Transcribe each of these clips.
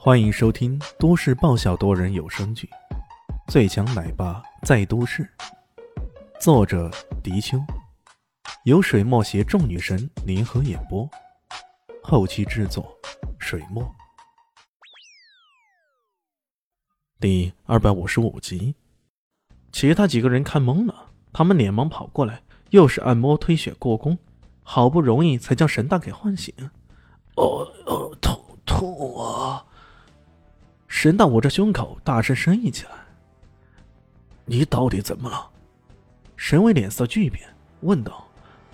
欢迎收听都市爆笑多人有声剧《最强奶爸在都市》，作者：迪秋，由水墨携众女神联合演播，后期制作：水墨。第255集，其他几个人看懵了，他们连忙跑过来，又是按摩推血过功，好不容易才将神大给唤醒。痛啊！神大捂着胸口大声呻吟起来。你到底怎么了？神伟脸色巨变，问道。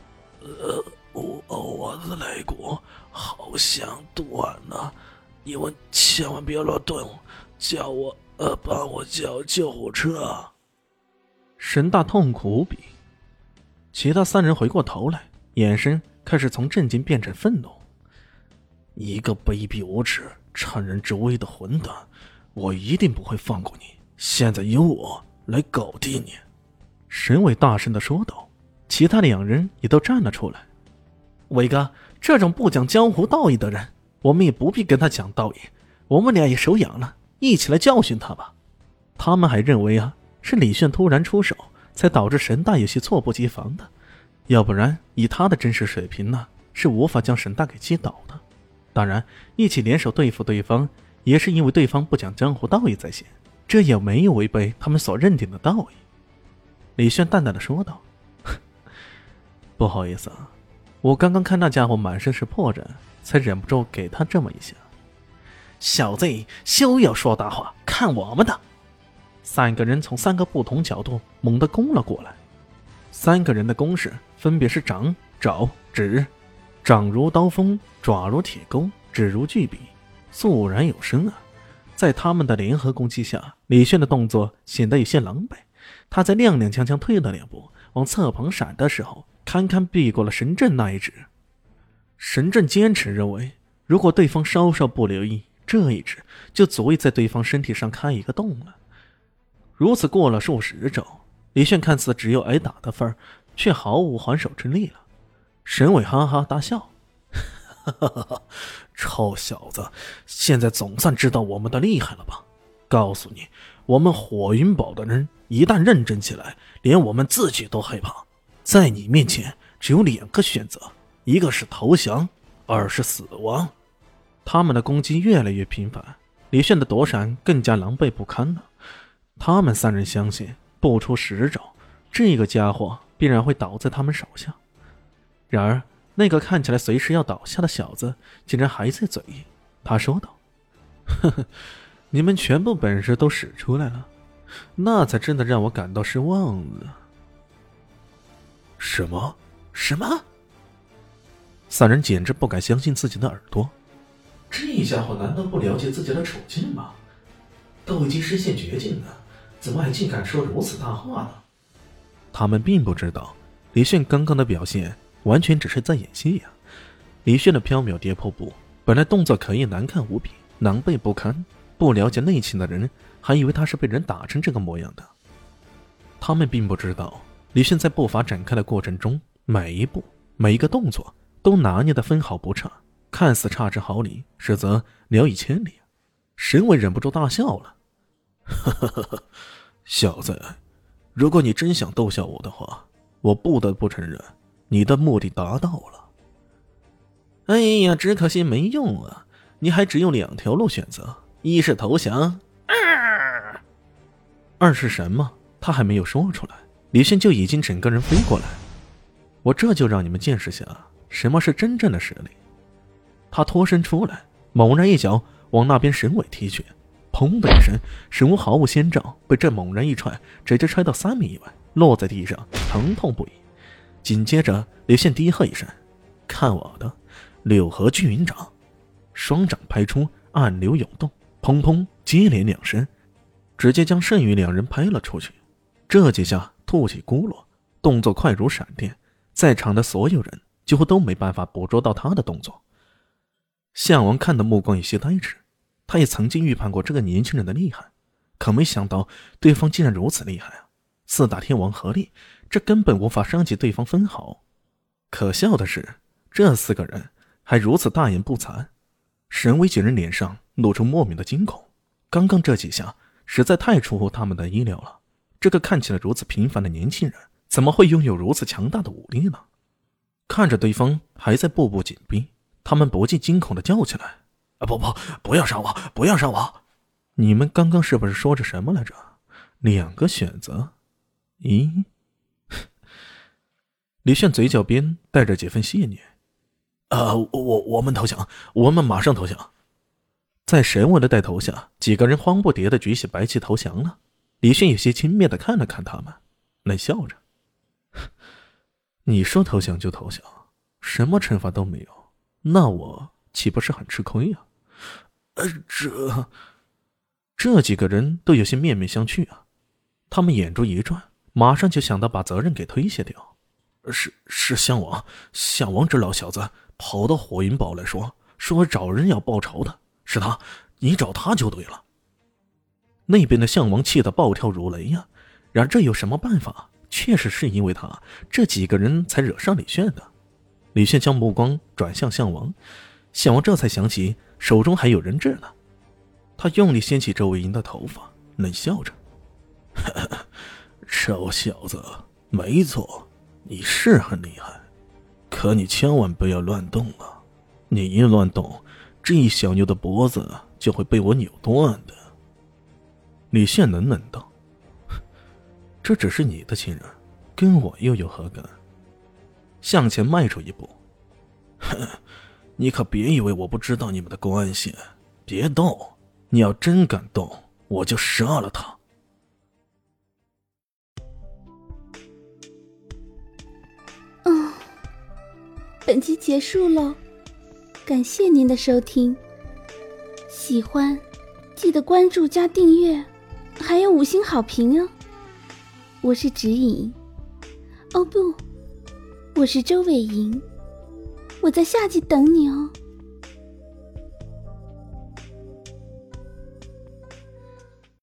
我的肋骨好像断了，你们千万别乱动，帮我叫救护车。 神大痛苦无比。其他三人回过头来，眼神开始从震惊变成愤怒。一个卑鄙无耻、趁人之危的混蛋，我一定不会放过你！现在由我来搞定你！神伟大声地说道。其他两人也都站了出来。伟哥，这种不讲江湖道义的人，我们也不必跟他讲道义，我们俩也手痒了，一起来教训他吧。他们还认为是李炫突然出手，才导致神大有些猝不及防的，要不然以他的真实水平是无法将神大给击倒的。当然，一起联手对付对方，也是因为对方不讲江湖道义在先，这也没有违背他们所认定的道义。李炫淡淡的说道。不好意思我刚刚看那家伙满身是破绽，才忍不住给他这么一下。小子，休要说大话，看我们的！三个人从三个不同角度猛地攻了过来。三个人的攻势分别是掌、爪、指。掌如刀锋，爪如铁钩，指如巨笔，肃然有声在他们的联合攻击下，李炫的动作显得有些狼狈。他在踉踉跄跄退了两步，往侧旁闪的时候，堪堪避过了神阵那一指。神阵坚持认为，如果对方稍稍不留意，这一指就足以在对方身体上开一个洞了。如此过了数十招，李炫看似只有挨打的份儿，却毫无还手之力了。神伟哈哈大笑，臭小子，现在总算知道我们的厉害了吧？告诉你，我们火云堡的人一旦认真起来，连我们自己都害怕。在你面前只有两个选择，一个是投降，二是死亡。他们的攻击越来越频繁，李炫的躲闪更加狼狈不堪了。他们三人相信，不出10招，这个家伙必然会倒在他们手下。然而那个看起来随时要倒下的小子竟然还在嘴硬。他说道，呵呵，你们全部本事都使出来了，那才真的让我感到失望了。 什么？ 三人简直不敢相信自己的耳朵。这家伙难道不了解自己的处境吗？都已经实现绝境了，怎么还竟敢说如此大话呢？他们并不知道李炫刚刚的表现完全只是在演戏李炫的飘渺跌破步本来动作可以难看无比，狼狈不堪，不了解内情的人还以为他是被人打成这个模样的。他们并不知道李炫在步伐展开的过程中，每一步每一个动作都拿捏得分毫不差，看似差之毫厘，实则聊以千里。神伟忍不住大笑了， 小子，如果你真想逗笑我的话，我不得不承认你的目的达到了。 哎呀，只可惜没用你还只有2条路选择，一是投降，二是什么他还没有说出来，李炫就已经整个人飞过来。我这就让你们见识下什么是真正的实力。他脱身出来，猛然一脚往那边神尾踢去，砰的一声，神武毫无先兆被这猛然一踹，直接踹到3米以外，落在地上疼痛不已。紧接着李炫低喝一声，看我的六合巨云掌，双掌拍出，暗流涌动，砰砰接连2声，直接将剩余2人拍了出去。这几下吐起咕噜，动作快如闪电，在场的所有人几乎都没办法捕捉到他的动作。项王看的目光有些呆滞，他也曾经预判过这个年轻人的厉害，可没想到对方竟然如此厉害4大天王合力，这根本无法伤及对方分毫。可笑的是，这4个人还如此大言不惭。神威几人脸上露出莫名的惊恐。刚刚这几下实在太出乎他们的意料了，这个看起来如此平凡的年轻人怎么会拥有如此强大的武力呢？看着对方还在步步紧逼，他们不禁惊恐地叫起来： 不要杀我，不要杀我！ 你们刚刚是不是说着什么来着？2个选择？咦？李炫嘴角边带着几分戏谑。 我们投降，我们马上投降。 在神威的带头下，几个人慌不迭地举起白旗投降了。李炫有些轻蔑地看了看他们，冷笑着：你说投降就投降，什么惩罚都没有，那我岂不是很吃亏啊？这几个人都有些面面相觑啊。他们眼珠一转，马上就想到把责任给推卸掉。 是项王这老小子跑到火云堡来说找人要报仇的，是他，你找他就对了。 那边的项王气得暴跳如雷呀，然而这有什么办法？确实是因为他这几个人才惹上李炫的。李炫将目光转向项王，项王这才想起手中还有人质呢。他用力掀起周卫营的头发，冷笑着： 臭小子，没错，你是很厉害，可你千万不要乱动啊！你一乱动，这一小妞的脖子就会被我扭断的。 李炫冷冷道：这只是你的亲人，跟我又有何干？向前迈出一步： 你可别以为我不知道你们的关系，别动，你要真敢动，我就杀了他。 本集结束了，感谢您的收听。喜欢记得关注加订阅，还有5星好评哦。我是指引，哦不，我是周伟莹，我在下集等你哦。